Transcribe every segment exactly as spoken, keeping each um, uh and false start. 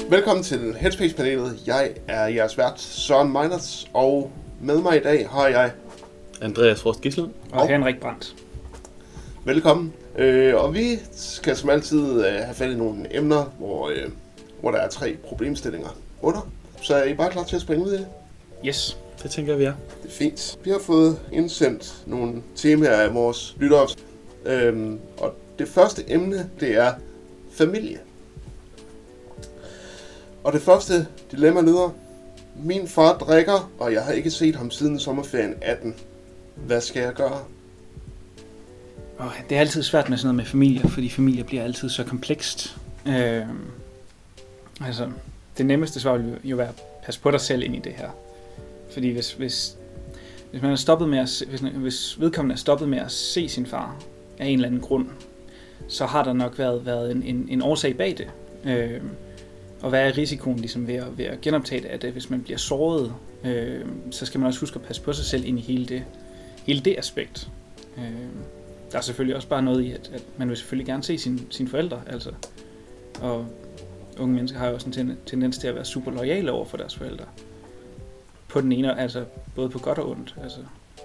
Velkommen til Headspace-panelet. Jeg er jeres vært, Søren Meinerts, og med mig i dag har jeg Andreas Frost Gislund og, og Henrik Brandt. Velkommen. Øh, og vi skal som altid øh, have fat i nogle emner, hvor, øh, hvor der er tre problemstillinger under. Så er I bare klar til at springe ud i det? Yes, det tænker jeg, vi er. Det er fint. Vi har fået indsendt nogle temaer af vores lyttere. Øhm, og det første emne, det er familie. Og det første dilemma lyder: min far drikker, og jeg har ikke set ham siden sommerferien atten. Hvad skal jeg gøre? Oh, det er altid svært med sådan noget med familie, fordi familie bliver altid så komplekst. Øh, altså, det nemmeste svar vil jo være: pas på dig selv ind i det her. Fordi hvis, hvis, hvis man er stoppet med at, hvis, hvis vedkommende er stoppet med at se sin far af en eller anden grund, så har der nok været, været en, en, en årsag bag det. Øh, og hvad er risikoen ligesom ved, at, ved at genoptage det, at det, hvis man bliver såret, øh, så skal man også huske at passe på sig selv ind i hele det, hele det aspekt. Øh, der er selvfølgelig også bare noget i, at, at man vil selvfølgelig gerne se sin, sine forældre, altså. Og unge mennesker har jo også en tendens til at være super loyale over for deres forældre. På den ene, altså både på godt og ondt. Altså,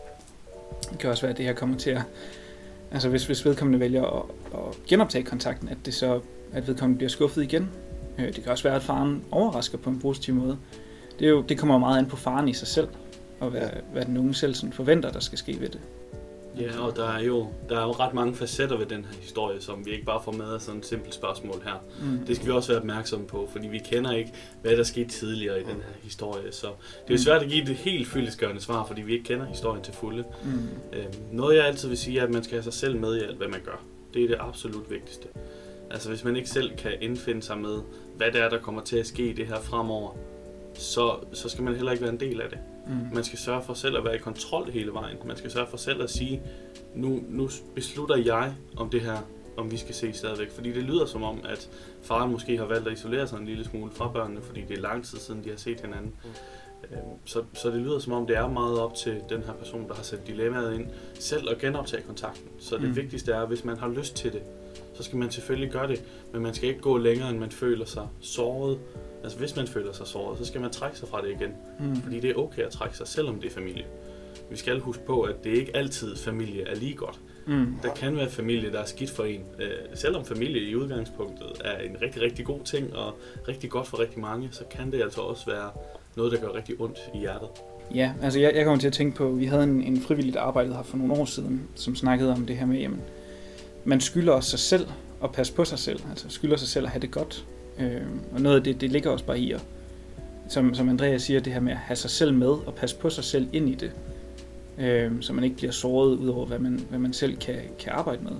det kan også være, at det her kommer til at, altså hvis, hvis vedkommende vælger at, at genoptage kontakten, at det så, at vedkommende bliver skuffet igen. Det kan også være, at faren overrasker på en positiv måde. Det, er jo, det kommer jo meget an på faren i sig selv, og hvad, hvad den unge selv sådan forventer, der skal ske ved det. Ja, og der er, jo, der er jo ret mange facetter ved den her historie, som vi ikke bare får med af sådan et simpelt spørgsmål her. Mm. Det skal vi også være opmærksomme på, fordi vi kender ikke, hvad der skete tidligere i den her historie. Så det er jo svært at give det helt fyldestgørende svar, fordi vi ikke kender historien til fulde. Mm. Øhm, noget jeg altid vil sige er, at man skal have sig selv med i alt, hvad man gør. Det er det absolut vigtigste. Altså hvis man ikke selv kan indfinde sig med, hvad det er, der kommer til at ske i det her fremover, så, så skal man heller ikke være en del af det. Mm. Man skal sørge for selv at være i kontrol hele vejen. Man skal sørge for selv at sige, nu, nu beslutter jeg om det her, om vi skal se stadigvæk. Fordi det lyder som om, at faren måske har valgt at isolere sig en lille smule fra børnene, fordi det er lang tid siden, de har set hinanden. Mm. Så, så det lyder som om, det er meget op til den her person, der har sat dilemmaet ind, selv at genoptage kontakten. Så det mm. vigtigste er, hvis man har lyst til det, så skal man selvfølgelig gøre det, men man skal ikke gå længere, end man føler sig såret. Altså hvis man føler sig såret, så skal man trække sig fra det igen. Mm. Fordi det er okay at trække sig, selvom det er familie. Vi skal huske på, at det ikke altid familie er lige godt. Mm. Der kan være familie, der er skidt for en. Øh, selvom familie i udgangspunktet er en rigtig, rigtig god ting, og rigtig godt for rigtig mange, så kan det altså også være noget, der gør rigtig ondt i hjertet. Ja, altså jeg, jeg kommer til at tænke på, vi havde en, en frivilligt arbejdet her for nogle år siden, som snakkede om det her med, jamen, man skylder også sig selv at passe på sig selv, altså skylder sig selv at have det godt. Øh, og noget af det, det ligger også bare i at, som, som Andreas siger, det her med at have sig selv med og passe på sig selv ind i det, øh, så man ikke bliver såret ud over, hvad man, hvad man selv kan, kan arbejde med.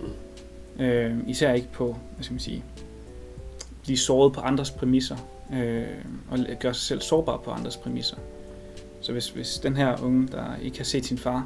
Mm. Øh, især ikke på, hvad skal man sige, blive såret på andres præmisser, øh, og gøre sig selv sårbar på andres præmisser. Så hvis, hvis den her unge, der ikke har set sin far,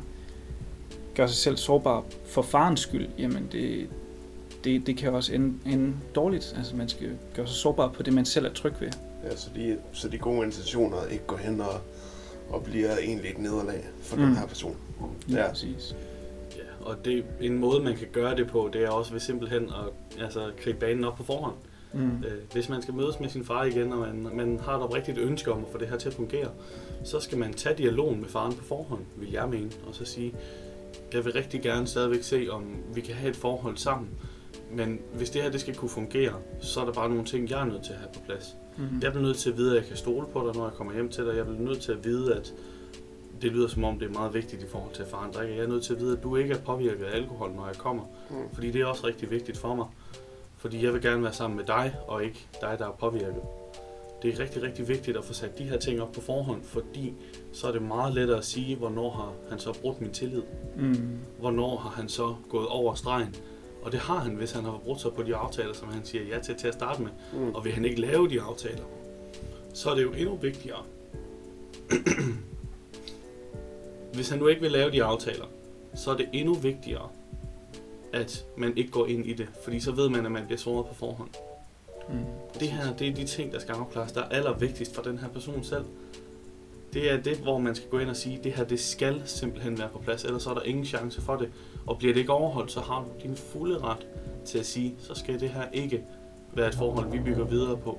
gør sig selv sårbar for farens skyld, jamen det, det, det kan også ende, ende dårligt. Altså man skal gøre sig sårbar på det, man selv er tryg ved. Ja, så de, så de gode intentioner ikke går hen og, og bliver egentlig et nederlag for mm. den her person. Ja, ja, præcis. Ja, og det, en måde, man kan gøre det på, det er også ved simpelthen at altså, gribe banen op på forhånd. Mm. Øh, hvis man skal mødes med sin far igen, og man, man har et oprigtigt ønske om at få det her til at fungere, så skal man tage dialogen med faren på forhånd, vil jeg mene, og så sige: jeg vil rigtig gerne stadigvæk se, om vi kan have et forhold sammen. Men hvis det her det skal kunne fungere, så er der bare nogle ting, jeg er nødt til at have på plads. Mm-hmm. Jeg bliver nødt til at vide, at jeg kan stole på dig, når jeg kommer hjem til dig. Jeg bliver nødt til at vide, at det lyder som om, det er meget vigtigt i forhold til at faren drikker. Jeg er nødt til at vide, at du ikke er påvirket af alkohol, når jeg kommer. Mm. Fordi det er også rigtig vigtigt for mig. Fordi jeg vil gerne være sammen med dig, og ikke dig, der er påvirket. Det er rigtig, rigtig vigtigt at få sat de her ting op på forhånd, fordi så er det meget lettere at sige, hvornår har han så brudt min tillid. Mm. Hvornår har han så gået over stregen. Og det har han, hvis han har forbrudt sig på de aftaler, som han siger ja til til at starte med. Mm. Og vil han ikke lave de aftaler, så er det jo endnu vigtigere. Hvis han nu ikke vil lave de aftaler, så er det endnu vigtigere, at man ikke går ind i det. Fordi så ved man, at man bliver såret på forhånd. Mm. Det her, det er de ting, der skal afklares, der er allervigtigst for den her person selv. Det er det, hvor man skal gå ind og sige, det her, det skal simpelthen være på plads, ellers så er der ingen chance for det. Og bliver det ikke overholdt, så har du din fulde ret til at sige, så skal det her ikke være et forhold, vi bygger videre på.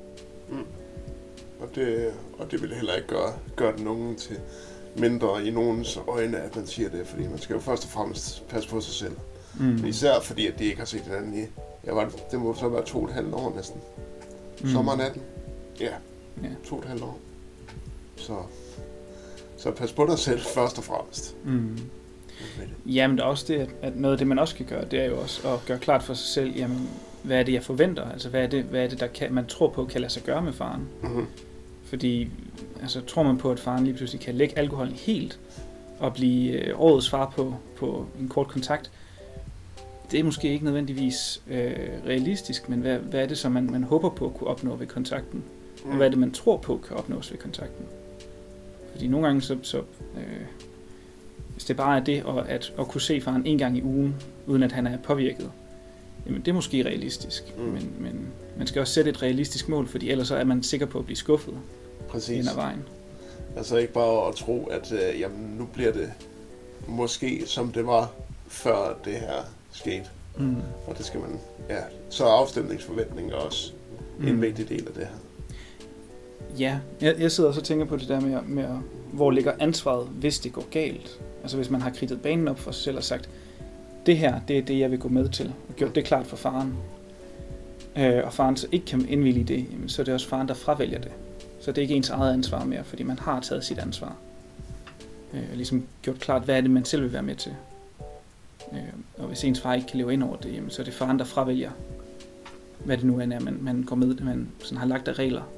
Mm. Og, det, og det vil heller ikke gøre, gøre den unge til mindre i nogens øjne, at man siger det, fordi man skal jo først og fremmest passe på sig selv. Mm. Især fordi, at de ikke har set hinanden i, jeg var, det må så være to og et halvt år næsten. Mm. Sommeren atten. Ja, ja, to og et halvt år. Så, så pas på dig selv først og fremmest. Mm. Jamen, det er også det, at, at noget af det, man også kan gøre, det er jo også at gøre klart for sig selv, jamen, hvad er det, jeg forventer? Altså, hvad er det, hvad er det der kan, man tror på, kan lade sig gøre med faren? Mm-hmm. Fordi, altså, tror man på, at faren lige pludselig kan lægge alkoholen helt og blive øh, årets far på, på en kort kontakt, det er måske ikke nødvendigvis øh, realistisk, men hvad, hvad er det, som man, man håber på at kunne opnå ved kontakten? Mm. Og hvad er det, man tror på kan opnås ved kontakten? Fordi nogle gange, så, så øh, hvis det bare er det, og at, at kunne se faren en gang i ugen, uden at han er påvirket, jamen det er måske realistisk. Mm. Men, men man skal også sætte et realistisk mål, fordi ellers så er man sikker på at blive skuffet. Præcis. Hen ad vejen. Altså ikke bare at tro, at øh, jamen, nu bliver det måske, som det var før det her skete. Mm. Og det skal man, ja, så er afstemningsforventninger også mm. en vigtig del af det her. Ja, jeg, jeg sidder også og tænker på det der med, med, hvor ligger ansvaret, hvis det går galt. Altså hvis man har kridtet banen op for sig selv og sagt, det her, det er det, jeg vil gå med til, og gjort det klart for faren. Øh, og faren så ikke kan indvillige i det, jamen, så er det også faren, der fravælger det. Så det er ikke ens eget ansvar mere, fordi man har taget sit ansvar. Øh, ligesom gjort klart, hvad er det, man selv vil være med til. Øh, og hvis ens far ikke kan leve ind over det, jamen, så er det faren, der fravælger, hvad det nu end er, man, man går med, man sådan har lagt af regler.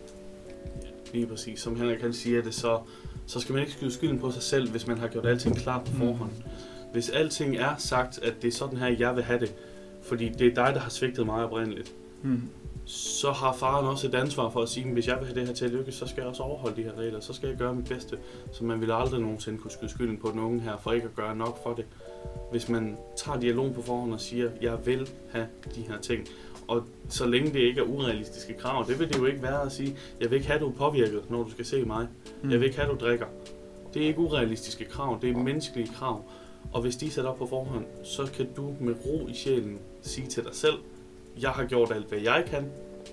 Lige præcis. Som Henrik kan sige det, så, så skal man ikke skyde skylden på sig selv, hvis man har gjort alting klart på forhånd. Mm. Hvis alting er sagt, at det er sådan her, jeg vil have det, fordi det er dig, der har svigtet mig oprindeligt, mm. så har faren også et ansvar for at sige, at hvis jeg vil have det her til at lykkes, så skal jeg også overholde de her regler, så skal jeg gøre mit bedste. Så man vil aldrig nogensinde kunne skyde skylden på den unge her, for ikke at gøre nok for det. Hvis man tager dialogen på forhånd og siger, jeg vil have de her ting, og så længe det ikke er urealistiske krav, det vil det jo ikke være at sige, jeg vil ikke have, at du er påvirket, når du skal se mig. Mm. Jeg vil ikke have, at du drikker. Det er ikke urealistiske krav, det er menneskelige krav. Og hvis de er sat op på forhånd, så kan du med ro i sjælen sige til dig selv, jeg har gjort alt, hvad jeg kan,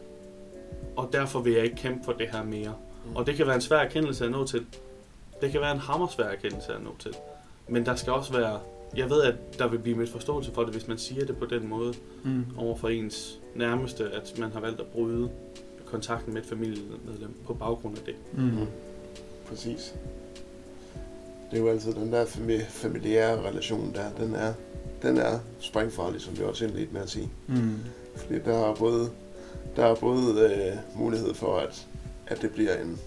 og derfor vil jeg ikke kæmpe for det her mere. Mm. Og det kan være en svær erkendelse at nå til. Det kan være en hammersvær erkendelse at nå til. Men der skal også være, jeg ved, at der vil blive mit forståelse for det, hvis man siger det på den måde, mm. over for ens nærmeste, at man har valgt at bryde kontakten med et familiemedlem på baggrund af det. Mm. Præcis. Det er jo altid den der familiære relation der, den er, den er sprængfarlig, som vi også indledte med at sige. Mm. Fordi der er både, der er både øh, mulighed for, at, at det bliver en,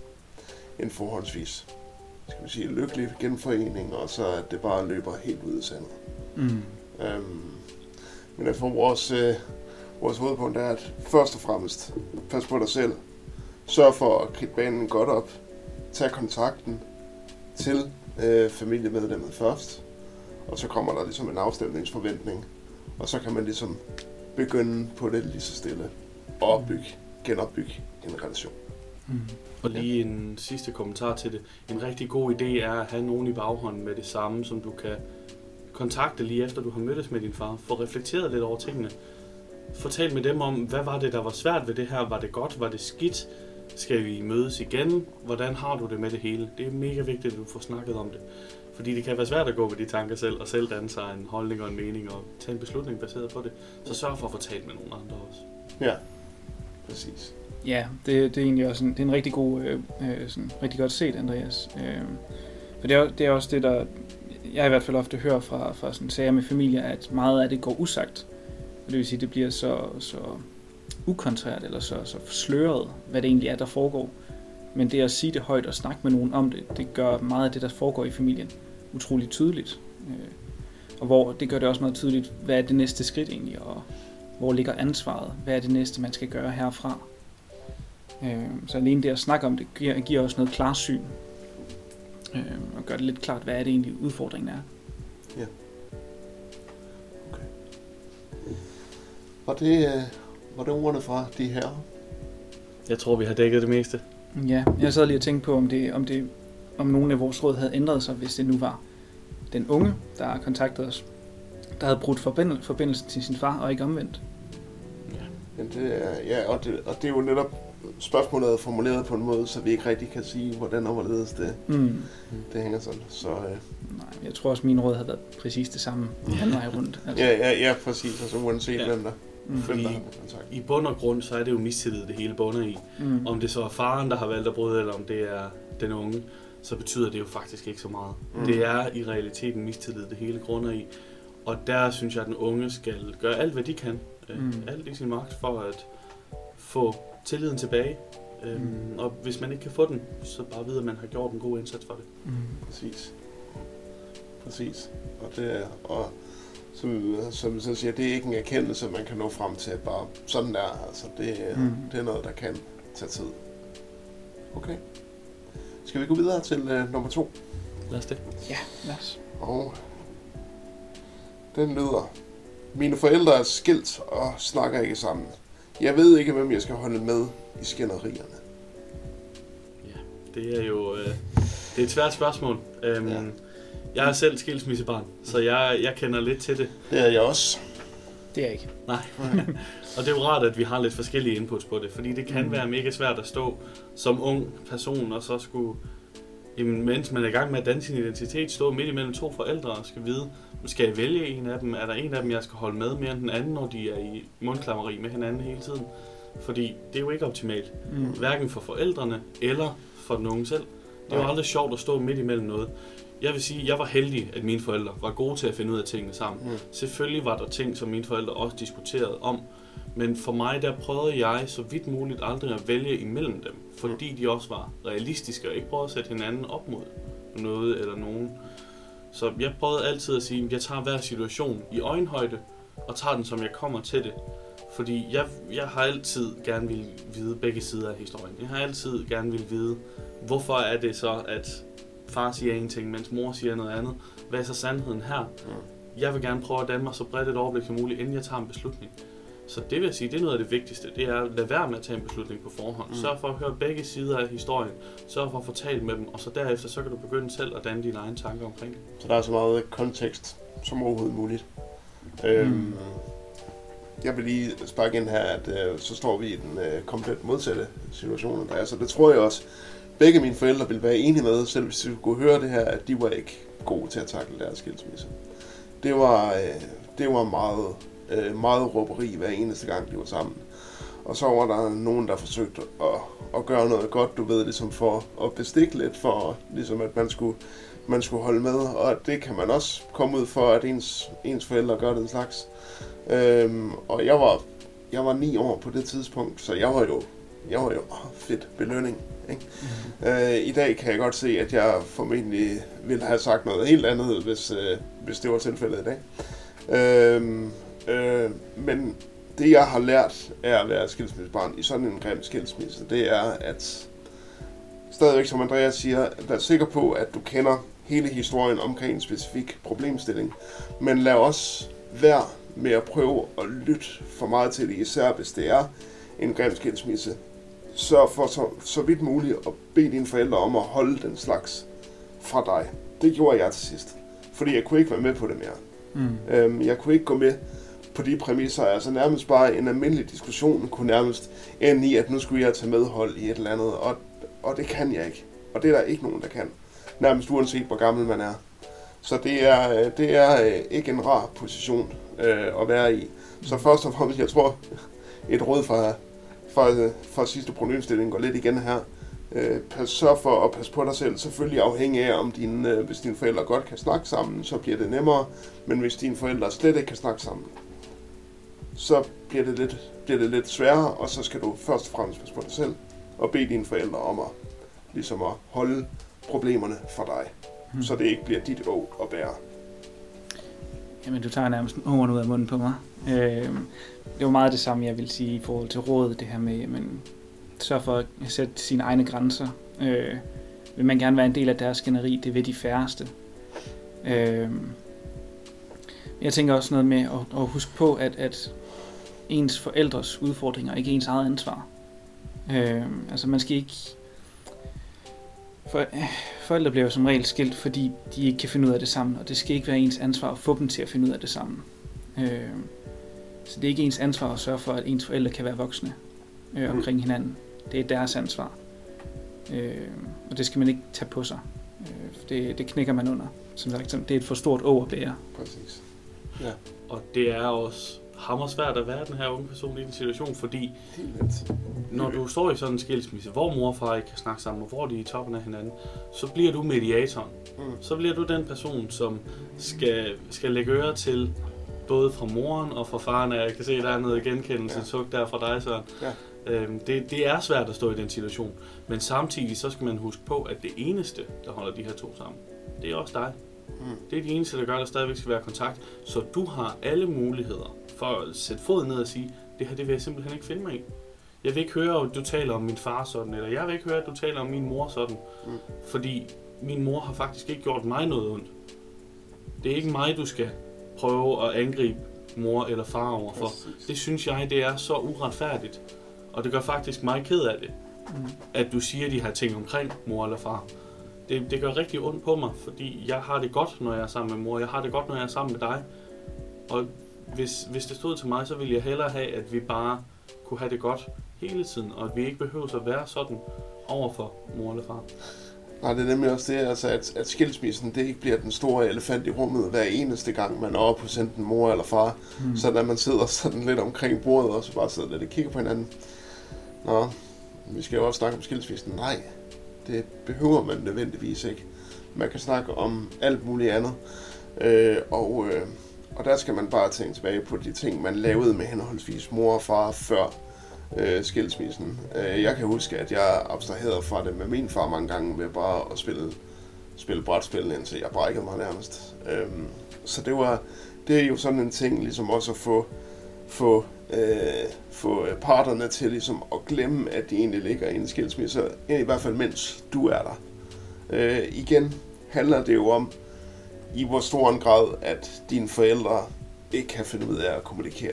en forholdsvis, skal vi sige, lykkelig genforening, og så at det bare løber helt ud i sandet. Mm. Øhm, men jeg tror, vores, øh, vores hovedpunkt er, at først og fremmest, pas på dig selv, sørg for at kridte banen godt op, tag kontakten til øh, familiemedlemmet først, og så kommer der ligesom en afstemningsforventning, og så kan man ligesom begynde på det lige så stille, og opbygge, genopbygge en relation. Mm. Og lige en sidste kommentar til det. En rigtig god idé er at have nogen i baghånden med det samme, som du kan kontakte lige efter du har mødtes med din far. Få reflekteret lidt over tingene. Fortæl med dem om, hvad var det, der var svært ved det her? Var det godt? Var det skidt? Skal vi mødes igen? Hvordan har du det med det hele? Det er mega vigtigt, at du får snakket om det. Fordi det kan være svært at gå med de tanker selv, og selv danne sig en holdning og en mening, og tage en beslutning baseret på det. Så sørg for at få talt med nogle andre også. Ja, præcis. Ja, det, det er egentlig også en, det er en rigtig god, øh, sådan, rigtig godt set, Andreas. Øh, for det er, det er også det, der jeg i hvert fald ofte hører fra, fra sådan sager med familier, at meget af det går usagt. Det vil sige, at det bliver så, så ukontrært eller så, så sløret, hvad det egentlig er, der foregår. Men det at sige det højt og snakke med nogen om det, det gør meget af det, der foregår i familien, utroligt tydeligt. Øh, og hvor det gør det også meget tydeligt, hvad er det næste skridt egentlig, og hvor ligger ansvaret, hvad er det næste, man skal gøre herfra. Så alene det at snakke om det giver, giver også noget klarsyn og gør det lidt klart, hvad er det egentlig udfordringen er. Ja. Okay. Var det, var det ordene fra de her? Jeg tror, vi har dækket det meste. Ja, jeg sad lige og tænkte på, om, det, om, det, om nogen af vores råd havde ændret sig, hvis det nu var den unge, der kontaktede os, der havde brudt forbindelsen til sin far og ikke omvendt. Ja, det er, ja og, det, og det er jo netop spørgsmålet er formuleret på en måde, så vi ikke rigtig kan sige, hvordan og hvorledes det, mm. det hænger sådan. Så, øh. Nej, jeg tror også, min råd har været præcis det samme anden vej rundt. Altså. Ja, ja, ja, præcis. Altså uanset ja. hvem der. Mm. Fordi i bund og grund, så er det jo mistillid, det hele bunder i. Mm. Om det så er faren, der har valgt at bryde, eller om det er den unge, så betyder det jo faktisk ikke så meget. Mm. Det er i realiteten mistillid, det hele grunder i. Og der synes jeg, at den unge skal gøre alt, hvad de kan. Mm. Alt i sin magt for at få tilliden tilbage. Mm. Og hvis man ikke kan få den, så bare vide, at man har gjort en god indsats for det. Mm. Præcis. Præcis. Og det er... Og Som, som jeg så siger, det er ikke en erkendelse, man kan nå frem til bare sådan der. Altså, det, mm. det er noget, der kan tage tid. Okay. Skal vi gå videre til uh, nummer to? Lad os det. Ja, lad os. Og den lyder: mine forældre er skilt og snakker ikke sammen. Jeg ved ikke, hvem jeg skal holde med i skænderierne. Ja, det er jo øh, det er et svært spørgsmål. Um, ja. Jeg er selv skilsmissebarn, så jeg, jeg kender lidt til det. Det er jeg også. Det er jeg ikke. Nej. Og det er jo rart, at vi har lidt forskellige inputs på det, fordi det kan mm. være mega svært at stå som ung person, og så skulle, jamen, mens man er i gang med at danne sin identitet, stå midt imellem to forældre og skal vide, skal jeg vælge en af dem? Er der en af dem, jeg skal holde med mere end den anden, når de er i mundklammeri med hinanden hele tiden? Fordi det er jo ikke optimalt. Mm. Hverken for forældrene eller for den unge selv. Det er jo aldrig sjovt at stå midt imellem noget. Jeg vil sige, at jeg var heldig, at mine forældre var gode til at finde ud af tingene sammen. Mm. Selvfølgelig var der ting, som mine forældre også diskuterede om, men for mig, der prøvede jeg så vidt muligt aldrig at vælge imellem dem, fordi de også var realistiske og ikke prøvede at sætte hinanden op mod noget eller nogen. Så jeg prøvede altid at sige, at jeg tager hver situation i øjenhøjde og tager den, som jeg kommer til det. Fordi jeg, jeg har altid gerne vil vide begge sider af historien. Jeg har altid gerne vil vide, hvorfor er det så, at far siger en ting, mens mor siger noget andet. Hvad er så sandheden her? Mm. Jeg vil gerne prøve at danne mig så bredt et overblik som muligt, inden jeg tager en beslutning. Så det vil jeg sige, det er noget af det vigtigste. Det er at lade være med at tage en beslutning på forhånd. Mm. Sørg for at høre begge sider af historien. Sørg for at få talt med dem, og så derefter så kan du begynde selv at danne dine egne tanker omkring det. Så der er så meget kontekst som overhovedet muligt. Mm. Øhm, jeg vil lige sparke ind her, at øh, så står vi i den øh, komplet modsatte situation. Der er. Så det tror jeg også, begge mine forældre ville være enige med, selv hvis de kunne høre det her, at de var ikke gode til at takle deres skilsmisse. Det var, øh, det var meget, øh, meget råberi hver eneste gang, de var sammen. Og så var der nogen, der forsøgte at, at gøre noget godt, du ved, ligesom for at bestikke lidt, for ligesom at man skulle, man skulle holde med. Og det kan man også komme ud for, at ens, ens forældre gør den slags. Øhm, og jeg var, jeg var ni år på det tidspunkt, så jeg var jo, jeg var jo åh, fedt belønning. Ikke? Mm-hmm. Øh, I dag kan jeg godt se, at jeg formentlig ville have sagt noget helt andet, hvis, øh, hvis det var tilfældet i dag. Øh, øh, men det, jeg har lært af at være skilsmissebarn i sådan en grim skilsmisse, det er, at stadigvæk, som Andreas siger, vær sikker på, at du kender hele historien omkring en specifik problemstilling, men lad også være med at prøve at lytte for meget til det, især hvis det er en grim skilsmisse. Sørg for så, så vidt muligt at bede dine forældre om at holde den slags fra dig. Det gjorde jeg til sidst, fordi jeg kunne ikke være med på det mere. Mm. Øhm, jeg kunne ikke gå med på de præmisser, altså nærmest bare en almindelig diskussion kunne nærmest ende i, at nu skulle jeg tage medhold i et eller andet, og, og det kan jeg ikke. Og det er der ikke nogen, der kan. Nærmest uanset hvor gammel man er. Så det er, det er ikke en rar position øh, at være i. Så først og fremmest, jeg tror, et råd fra For, for sidste problemstilling går lidt igen her. Øh, pas, sørg for at passe på dig selv. Selvfølgelig afhængig af, om dine, øh, hvis dine forældre godt kan snakke sammen, så bliver det nemmere. Men hvis dine forældre slet ikke kan snakke sammen, så bliver det lidt, bliver det lidt sværere, og så skal du først og fremmest passe på dig selv, og bede dine forældre om at, ligesom at holde problemerne for dig, hmm. så det ikke bliver dit å at bære. Jamen, du tager nærmest orden ud af munden på mig. Øh, det var meget det samme, jeg vil sige i forhold til rådet, det her med, men sørg for at sætte sine egne grænser. Øh, vil man gerne være en del af deres skænderi, det vil de færreste. Øh, jeg tænker også noget med at, at huske på, at, at ens forældres udfordringer ikke er ens eget ansvar. Øh, altså man skal ikke... For, forældre bliver jo som regel skilt, fordi de ikke kan finde ud af det sammen, og det skal ikke være ens ansvar at få dem til at finde ud af det sammen. Øh, så det er ikke ens ansvar at sørge for, at ens forældre kan være voksne øh, omkring hinanden. Det er deres ansvar. Øh, og det skal man ikke tage på sig. Øh, det, det knækker man under. Som sagt, det er et for stort å at bære. Præcis. Ja. Og det er også hammersvært at være den her unge person i den situation, fordi når du står i sådan en skilsmisse, hvor mor og far ikke kan snakke sammen, og hvor de er i toppen af hinanden, så bliver du mediatoren. Mm. Så bliver du den person, som skal, skal lægge øre til, både fra moren og fra faren, jeg kan se, der er noget genkendelse, ja. Der fra dig, Søren. Ja. Øhm, det, det er svært at stå i den situation, men samtidig så skal man huske på, at det eneste, der holder de her to sammen, det er også dig. Mm. Det er det eneste, der gør, at der stadigvæk skal være kontakt, så du har alle muligheder for at sætte foden ned og sige, det her det vil jeg simpelthen ikke finde mig i. Jeg vil ikke høre, at du taler om min far sådan, eller jeg vil ikke høre, at du taler om min mor sådan, mm. fordi min mor har faktisk ikke gjort mig noget ondt. Det er ikke mig, du skal prøve at angribe mor eller far overfor. Præcis. Det synes jeg, det er så uretfærdigt, og det gør faktisk mig ked af det, mm. at du siger de her ting omkring mor eller far. Det, det gør rigtig ondt på mig, fordi jeg har det godt, når jeg er sammen med mor, jeg har det godt, når jeg er sammen med dig, og Hvis, hvis det stod til mig, så ville jeg hellere have, at vi bare kunne have det godt hele tiden, og at vi ikke behøver at være sådan over for mor eller far. Nej, det er nemlig også det, altså at, at skilsmissen, det ikke bliver den store elefant i rummet hver eneste gang, man er oppe hos enten mor eller far. Mm. Så når man sidder sådan lidt omkring bordet, og så bare sidder lidt og kigger på hinanden. Nå, vi skal jo også snakke om skilsmissen. Nej, det behøver man nødvendigvis ikke. Man kan snakke om alt muligt andet. Øh, og... Øh, Og der skal man bare tænke tilbage på de ting, man lavede med henholdsvis mor og far før øh, skilsmissen. Øh, jeg kan huske, at jeg abstraherede fra det med min far mange gange ved bare at spille, spille brætspil, indtil jeg brækkede mig nærmest. Øh, så det var det er jo sådan en ting, ligesom også at få, få, øh, få parterne til ligesom at glemme, at de egentlig ligger i en skilsmisse, i hvert fald mens du er der. Øh, igen handler det jo om, i hvor stor en grad, at dine forældre ikke kan finde ud af at kommunikere.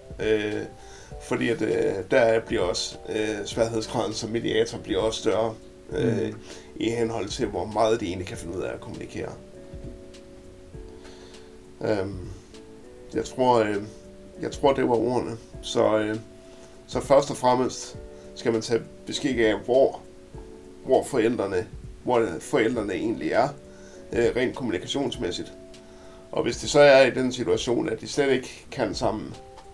Øh, fordi at, øh, der bliver også øh, sværhedsgraden som mediator bliver også større øh, mm. i henhold til, hvor meget de egentlig kan finde ud af at kommunikere. Øh, jeg tror, øh, jeg tror det var ordene. Så, øh, så først og fremmest skal man tage beskik af, hvor, hvor forældrene, hvor forældrene egentlig er. Rent kommunikationsmæssigt. Og hvis det så er i den situation, at de slet ikke kan sammen,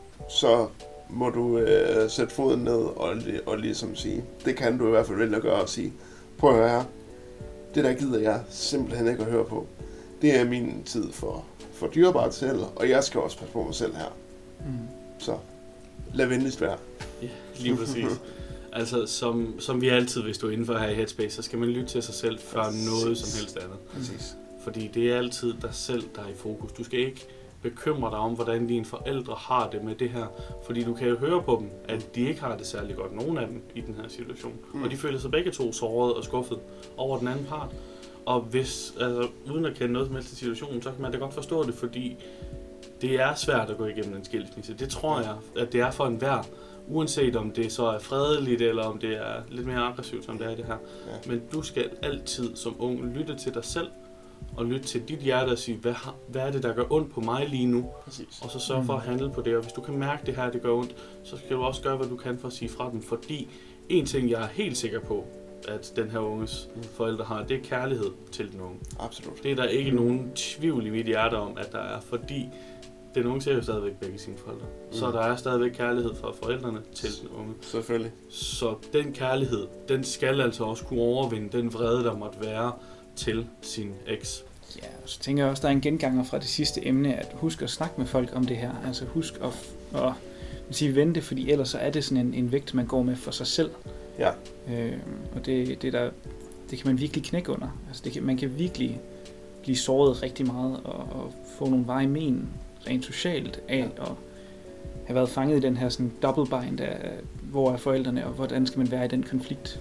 så må du øh, sætte foden ned og, og ligesom sige, det kan du i hvert fald vælge at gøre og sige, prøv at høre her, det der gider jeg simpelthen ikke at høre på. Det er min tid for, for dyrebart selv, og jeg skal også passe på mig selv her. Mm. Så lad venligst være. Ja, lige præcis. Altså, som, som vi altid, hvis du er inden for her i Headspace, så skal man lytte til sig selv før Præcis. Noget som helst andet. Præcis. Fordi det er altid dig selv, der er i fokus. Du skal ikke bekymre dig om, hvordan dine forældre har det med det her. Fordi du kan jo høre på dem, at de ikke har det særlig godt, nogen af dem, i den her situation. Mm. Og de føler sig begge to såret og skuffet over den anden part. Og hvis, altså, uden at kende noget som helst til situationen, så kan man da godt forstå det, fordi det er svært at gå igennem en skilsmisse. Det tror jeg, at det er for enhver. Uanset om det så er fredeligt, eller om det er lidt mere aggressivt, som det er i det her. Ja. Men du skal altid som ung lytte til dig selv, og lytte til dit hjerte og sige, hvad, hvad er det, der gør ondt på mig lige nu? Præcis. Og så sørge for at handle på det. Og hvis du kan mærke det her, det gør ondt, så skal du også gøre, hvad du kan for at sige fra dem. Fordi en ting, jeg er helt sikker på, at den her unges mm. forældre har, det er kærlighed til den unge. Absolut. Det er der ikke mm. nogen tvivl i mit hjerte om, at der er, fordi den unge ser jo stadigvæk begge sine forældre. Mm. Så der er stadigvæk kærlighed fra forældrene til den unge. Selvfølgelig. Så den kærlighed, den skal altså også kunne overvinde den vrede, der måtte være til sin eks. Ja, og så tænker jeg også, der er en genganger fra det sidste emne, at husk at snakke med folk om det her. Altså husk at, at, at sige vente, fordi ellers så er det sådan en, en vægt, man går med for sig selv. Ja. Øh, og det, det, der, det kan man virkelig knække under. Altså det kan, man kan virkelig blive såret rigtig meget og, og få nogle veje men rent socialt af ja. At have været fanget i den her sådan double bind af, hvor er forældrene, og hvordan skal man være i den konflikt.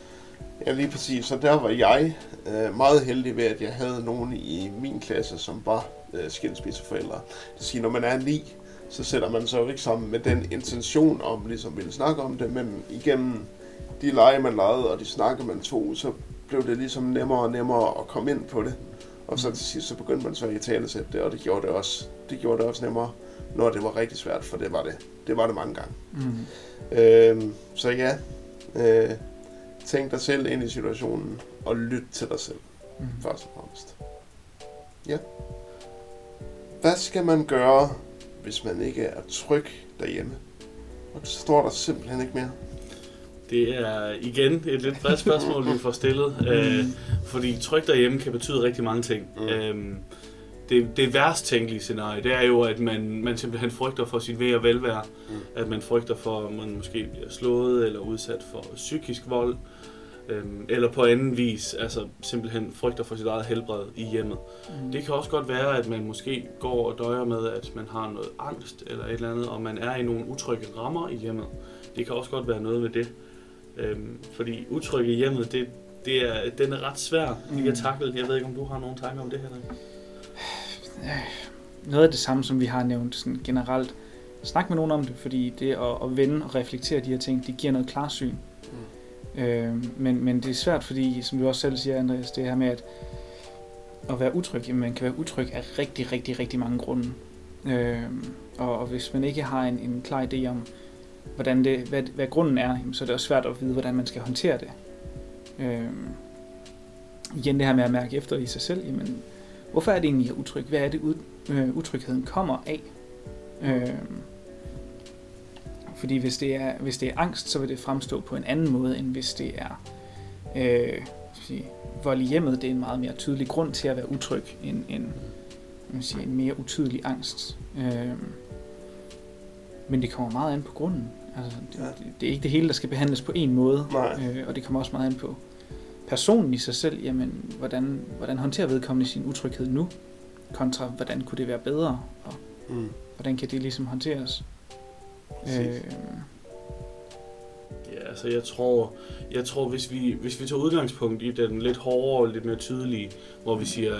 Ja, lige præcis. Så der var jeg øh, meget heldig ved, at jeg havde nogen i min klasse, som var øh, skilsmisseforældre. Det vil sige, når man er ni, så sætter man sig jo ikke sammen med den intention om, ligesom ville snakke om det, men igennem de lege, man legede, og de snakke, man tog, så blev det ligesom nemmere og nemmere at komme ind på det. Og så til sidst, så begyndte man så at italesætte det, og det gjorde det også, det gjorde det også nemmere, når det var rigtig svært, for det var det, det var det mange gange. Mm. Øhm, så ja, Øh, tænk dig selv ind i situationen, og lyt til dig selv, mm. først og fremmest. Ja. Hvad skal man gøre, hvis man ikke er tryg derhjemme? Og det står der simpelthen ikke mere. Det er igen et lidt bredt spørgsmål, vi får stillet. Mm. Øh, fordi tryg derhjemme kan betyde rigtig mange ting. Mm. Øhm, det, det værst tænkelige scenarie, det er jo, at man, man simpelthen frygter for sit ved og velvære. Mm. At man frygter for, at man måske bliver slået eller udsat for psykisk vold. Øhm, eller på anden vis, altså simpelthen frygter for sit eget helbred i hjemmet. Mm. Det kan også godt være, at man måske går og døjer med, at man har noget angst eller et eller andet, og man er i nogle utrygge rammer i hjemmet. Det kan også godt være noget ved det. Øhm, fordi utrygge i hjemmet, det, det er, den er ret svær lige at tackle. Jeg ved ikke, om du har nogle tanker om det her? Noget af det samme, som vi har nævnt sådan generelt. Snak med nogen om det, fordi det at, at vende og reflektere de her ting, det giver noget klarsyn. Mm. Øhm, men, men det er svært, fordi, som du også selv siger, Andreas, det her med at, at være utryg, jamen man kan være utryg af rigtig, rigtig, rigtig mange grunde. Øhm, og, og hvis man ikke har en, en klar idé om, hvordan det, hvad, hvad grunden er, jamen, så er det også svært at vide, hvordan man skal håndtere det. Øhm, igen det her med at mærke efter i sig selv, jamen, hvorfor er det egentlig utryg? Hvad er det, ud, øh, utrygheden kommer af? Øhm, fordi hvis det, er, hvis det er angst, så vil det fremstå på en anden måde, end hvis det er øh, sige, vold i hjemmet. Det er en meget mere tydelig grund til at være utryg, end, end sige, en mere utydelig angst. Øhm, men det kommer meget an på grunden. Altså, det, ja. det, det er ikke det hele, der skal behandles på en måde, øh, og det kommer også meget an på personen i sig selv. Jamen, hvordan, hvordan håndterer vedkommende sin utryghed nu, kontra hvordan kunne det være bedre, og mm. hvordan kan det ligesom håndteres? Øh, ja, altså jeg tror, jeg tror hvis vi hvis vi tager udgangspunkt i den lidt hårdere og lidt mere tydelige, hvor vi siger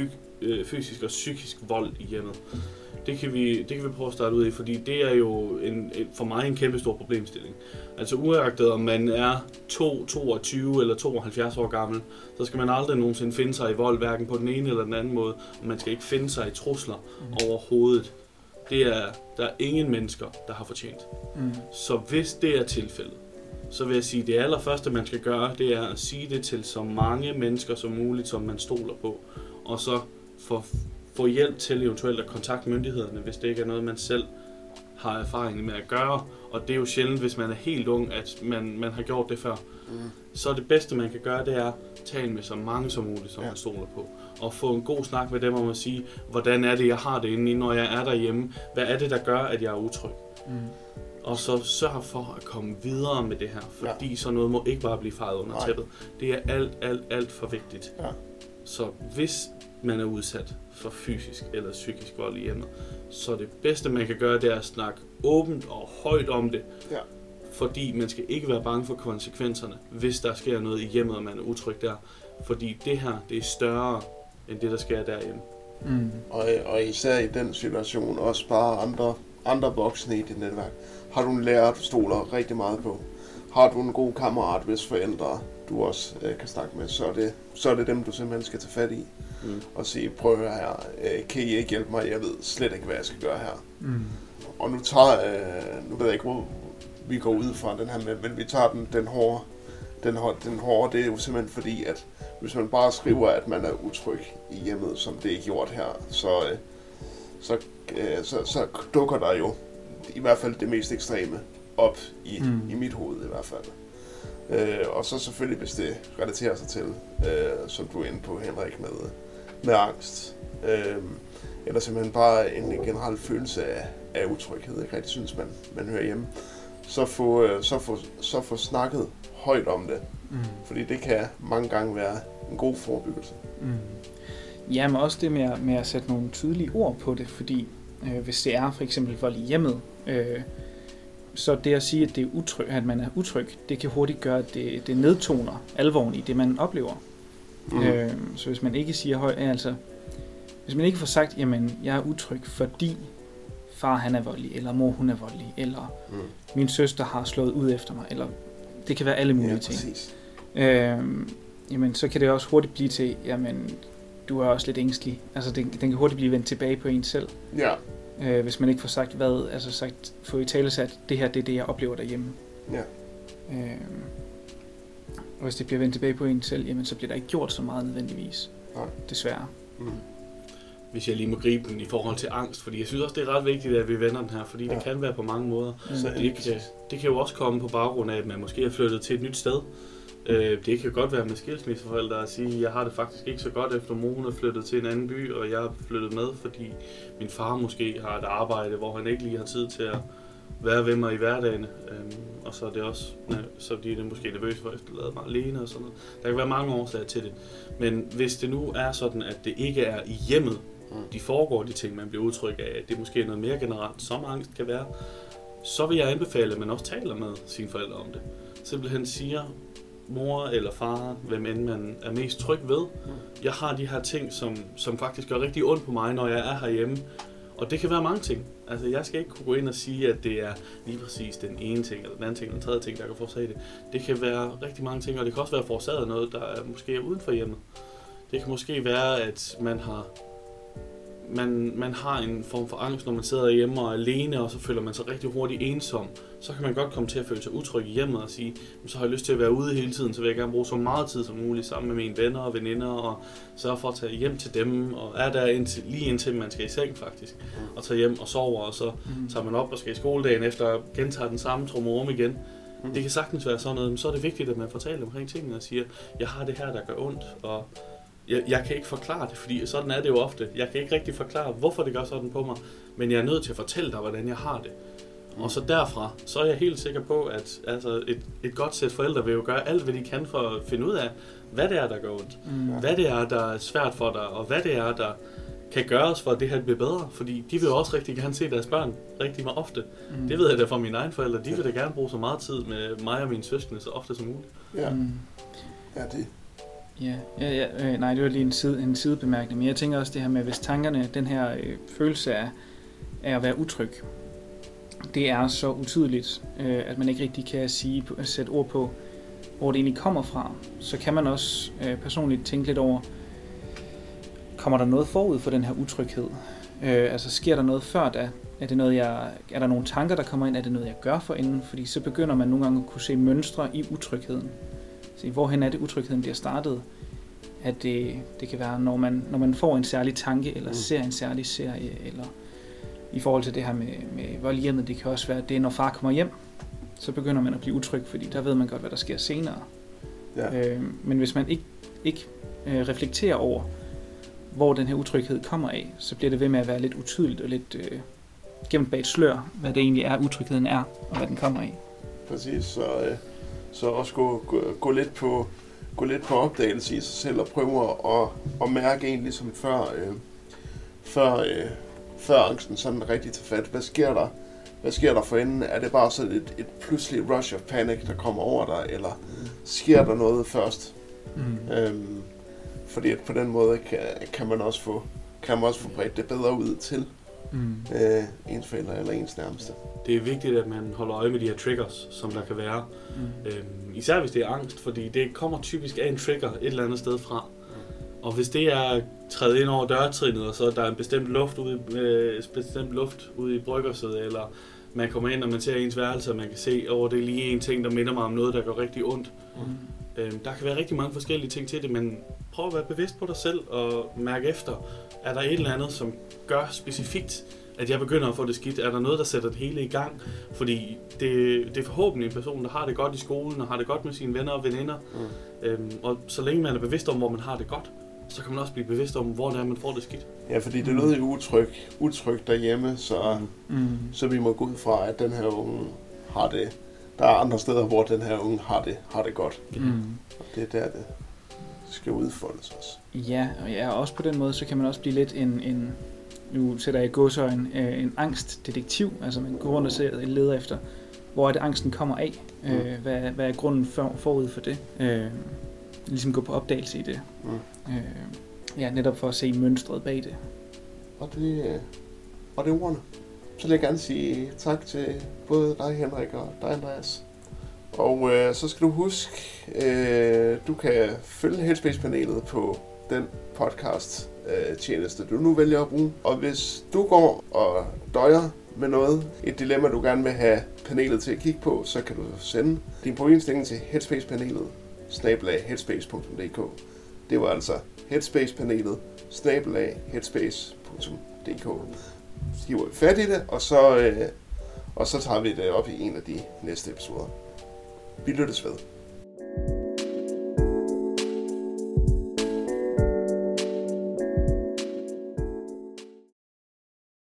fy, fysisk og psykisk vold i hjemmet. Det kan, vi, det kan vi prøve at starte ud i, fordi det er jo en, en, for mig en kæmpe stor problemstilling. Altså uagtet om man er to, toogtyve eller tooghalvfjerds år gammel, så skal man aldrig nogensinde finde sig i vold, hverken på den ene eller den anden måde, og man skal ikke finde sig i trusler mm. overhovedet. Det er, der er ingen mennesker, der har fortjent. Mm. Så hvis det er tilfældet, så vil jeg sige, at det allerførste man skal gøre, det er at sige det til så mange mennesker som muligt, som man stoler på, og så få få hjælp til eventuelt at kontakte myndighederne, hvis det ikke er noget, man selv har erfaring med at gøre. Og det er jo sjældent, hvis man er helt ung, at man, man har gjort det før. Mm. Så det bedste, man kan gøre, det er at tale med så mange som muligt, som ja. man stoler på. Og få en god snak med dem om at sige, hvordan er det, jeg har det inde, når jeg er derhjemme? Hvad er det, der gør, at jeg er utryg? Mm. Og så sørg for at komme videre med det her, fordi ja. sådan noget må ikke bare blive fejet under Nej. tæppet. Det er alt, alt, alt for vigtigt. Ja. Så hvis man er udsat for fysisk eller psykisk vold i hjemmet, så det bedste, man kan gøre, det er at snakke åbent og højt om det. Ja. Fordi man skal ikke være bange for konsekvenserne, hvis der sker noget i hjemmet, og man er utryg der. Fordi det her, det er større end det, der sker derhjemme. Mm. Og, og især i den situation, også bare andre, andre voksne i dit netværk. Har du en lærer, du stoler rigtig meget på? Har du en god kammerat, hvis forældre du også øh, kan snakke med, så er, det, så er det dem, du simpelthen skal tage fat i. Mm. Og sige, prøv her, øh, kan I ikke hjælpe mig? Jeg ved slet ikke, hvad jeg skal gøre her. Mm. Og nu tager, øh, nu ved jeg ikke, hvor vi går ud fra den her med, men vi tager den, den hårde, den, den hårde, det er jo simpelthen fordi, at hvis man bare skriver, at man er utryg i hjemmet, som det er gjort her, så, øh, så, øh, så, så dukker der jo i hvert fald det mest ekstreme op i, mm. i mit hoved i hvert fald. Øh, og så selvfølgelig, hvis det relaterer sig til, øh, som du er inde på, Henrik, med, med angst. Øh, eller simpelthen bare en generel følelse af, af utryghed, ikke rigtig synes, man, man hører hjemme. Så få, øh, så, få, så få snakket højt om det. Mm. Fordi det kan mange gange være en god forebyggelse. Mm. Ja, men også det med at, med at sætte nogle tydelige ord på det, fordi øh, hvis det er for eksempel vold i hjemmet, øh, så det at sige, at, det er utryg, at man er utryg, det kan hurtigt gøre, at det, det nedtoner alvoren i det, man oplever. Mm. Øh, så hvis man ikke siger højt, altså, hvis man ikke får sagt, jamen, jeg er utryg, fordi far han er voldelig, eller mor hun er voldelig, eller mm. min søster har slået ud efter mig, eller det kan være alle mulige ja, ting. Øh, jamen, så kan det også hurtigt blive til, jamen, du er også lidt ængstelig. Altså, den, den kan hurtigt blive vendt tilbage på en selv. Ja. Øh, hvis man ikke får sagt hvad, altså sagt, få i tale sat, det her, det er det, jeg oplever derhjemme. Ja. Øh, hvis det bliver vendt tilbage på en selv, jamen så bliver der ikke gjort så meget nødvendigvis. Nej. Desværre. Mm. Hvis jeg lige må gribe den i forhold til angst, fordi jeg synes også, det er ret vigtigt, at vi vender den her, fordi ja. det kan være på mange måder. Mm. Så det, kan, det kan jo også komme på baggrund af, at man måske er flyttet til et nyt sted. Øh, det kan godt være med skilsmisseforældre at sige, at jeg har det faktisk ikke så godt efter mor er flyttet til en anden by, og jeg er flyttet med, fordi min far måske har et arbejde, hvor han ikke lige har tid til at være ved mig i hverdagen. Øhm, og så er det også, så de er måske nervøse for at efterlade mig alene og sådan noget. Der kan være mange årsager til det. Men hvis det nu er sådan, at det ikke er i hjemmet, de foregår de ting, man bliver udtryk af, at det måske er noget mere generelt, som angst kan være, så vil jeg anbefale, at man også taler med sine forældre om det. Simpelthen siger, mor eller far, hvem end man er mest tryg ved, jeg har de her ting, som, som faktisk gør rigtig ondt på mig, når jeg er herhjemme. Og det kan være mange ting. Altså, jeg skal ikke kunne gå ind og sige, at det er lige præcis den ene ting, eller den anden ting, eller den tredje ting, der kan forårsage det. Det kan være rigtig mange ting, og det kan også være forårsaget af noget, der er måske er uden for hjemmet. Det kan måske være, at man har Man, man har en form for angst, når man sidder hjemme og er alene, og så føler man sig rigtig hurtigt ensom. Så kan man godt komme til at føle sig utryg i hjemmet og sige, så har jeg lyst til at være ude hele tiden, så vil jeg gerne bruge så meget tid som muligt sammen med mine venner og veninder, og sørge for at tage hjem til dem, og er der indtil, lige indtil man skal i seng faktisk, og tage hjem og sover, og så tager man op og skal i skoledagen efter og gentager den samme trummerum igen. Det kan sagtens være sådan noget, men så er det vigtigt, at man fortæller omkring tingene og siger, jeg har det her, der gør ondt, og Jeg, jeg kan ikke forklare det, fordi sådan er det jo ofte. Jeg kan ikke rigtig forklare, hvorfor det gør sådan på mig, men jeg er nødt til at fortælle dig, hvordan jeg har det. Mm. Og så derfra, så er jeg helt sikker på, at altså, et, et godt sæt forældre vil jo gøre alt, hvad de kan for at finde ud af, hvad det er, der gør ondt. Mm. Hvad det er, der er svært for dig, og hvad det er, der kan gøres for, at det her bliver bedre. Fordi de vil jo også rigtig gerne se deres børn rigtig meget ofte. Mm. Det ved jeg da fra mine egne forældre. De vil da gerne bruge så meget tid med mig og mine søskende, så ofte som muligt. Ja, mm. ja det Ja, ja, ja øh, nej, det var lige en, side, en sidebemærkning, men jeg tænker også det her med, hvis tankerne, den her øh, følelse af, af at være utryg, det er så utydeligt, øh, at man ikke rigtig kan sige, sætte ord på, hvor det egentlig kommer fra, så kan man også øh, personligt tænke lidt over, kommer der noget forud for den her utryghed? Øh, altså sker der noget før da? Er, det noget, jeg, er der nogle tanker, der kommer ind? Er det noget, jeg gør forinden? Fordi så begynder man nogle gange at kunne se mønstre i utrygheden. Så hvorhen er det, utrygheden bliver startet? At det, det kan være, når man, når man får en særlig tanke, eller mm. ser en særlig serie, eller i forhold til det her med, med vold i hjemmet, det kan også være, at det er, når far kommer hjem, så begynder man at blive utryg, fordi der ved man godt, hvad der sker senere. Ja. Øh, men hvis man ikke, ikke øh, reflekterer over, hvor den her utryghed kommer af, så bliver det ved med at være lidt utydeligt og lidt øh, gemt bag et slør, hvad det egentlig er, utrygheden er, og hvad den kommer af. Præcis, så, øh, så også gå, gå, gå, lidt på, gå lidt på opdagelse i sig selv og prøve at, at mærke egentlig som før, øh, før, øh, før angsten sådan rigtig tager fat. Hvad sker der? Hvad sker der for enden? Er det bare sådan et, et pludselig rush of panic, der kommer over dig, eller sker der noget først? Mm. Øhm, fordi at på den måde kan, kan man også få kan man også få bredt det bedre ud til mm. øh, ens forældre eller ens nærmeste. Det er vigtigt, at man holder øje med de her triggers, som der kan være. Mm. Øhm, især hvis det er angst, fordi det kommer typisk af en trigger et eller andet sted fra. Mm. Og hvis det er trædet ind over dørtrinnet, og så der er en bestemt luft ude, øh, bestemt luft ude i bryggerset, eller man kommer ind, og man ser ens værelse, og man kan se, at oh, det er lige en ting, der minder mig om noget, der går rigtig ondt. Mm. Øhm, der kan være rigtig mange forskellige ting til det, men prøv at være bevidst på dig selv og mærke efter. Er der et eller andet, som gør specifikt, at jeg begynder at få det skidt? Er der noget, der sætter det hele i gang? Fordi det, det er forhåbentlig en person, der har det godt i skolen, og har det godt med sine venner og veninder. Mm. Øhm, og så længe man er bevidst om, hvor man har det godt, så kan man også blive bevidst om, hvor det er, man får det skidt. Ja, fordi det er noget utryg, utryg derhjemme, så, mm. så vi må gå ud fra, at den her unge har det. Der er andre steder, hvor den her unge har det, har det godt. Mm. Og det er der, det skal udfoldes også. Ja, og ja, også på den måde, så kan man også blive lidt en, en nu sætter jeg i gåseøjne, en angstdetektiv. Altså man går rundt og ser, leder efter, hvor er det angsten kommer af? Mm. Øh, hvad, hvad er grunden for, forud for det? Øh, ligesom gå på opdagelse i det. Mm. Øh, ja, netop for at se mønstret bag det. Og det, og det er ordene. Så vil jeg gerne sige tak til både dig, Henrik, og dig, Andreas. Og øh, så skal du huske, øh, du kan følge Headspace-panelet på den podcast øh, tjeneste, du nu vælger at bruge. Og hvis du går og døjer med noget, et dilemma, du gerne vil have panelet til at kigge på, så kan du sende din problemstilling til Headspace-panelet snabel-a headspace punktum d k. Det var altså Headspace-panelet, snabel-a headspace punktum d k. Så giver vi fat i det, og så, øh, og så tager vi det op i en af de næste episoder. Vi lyttes ved.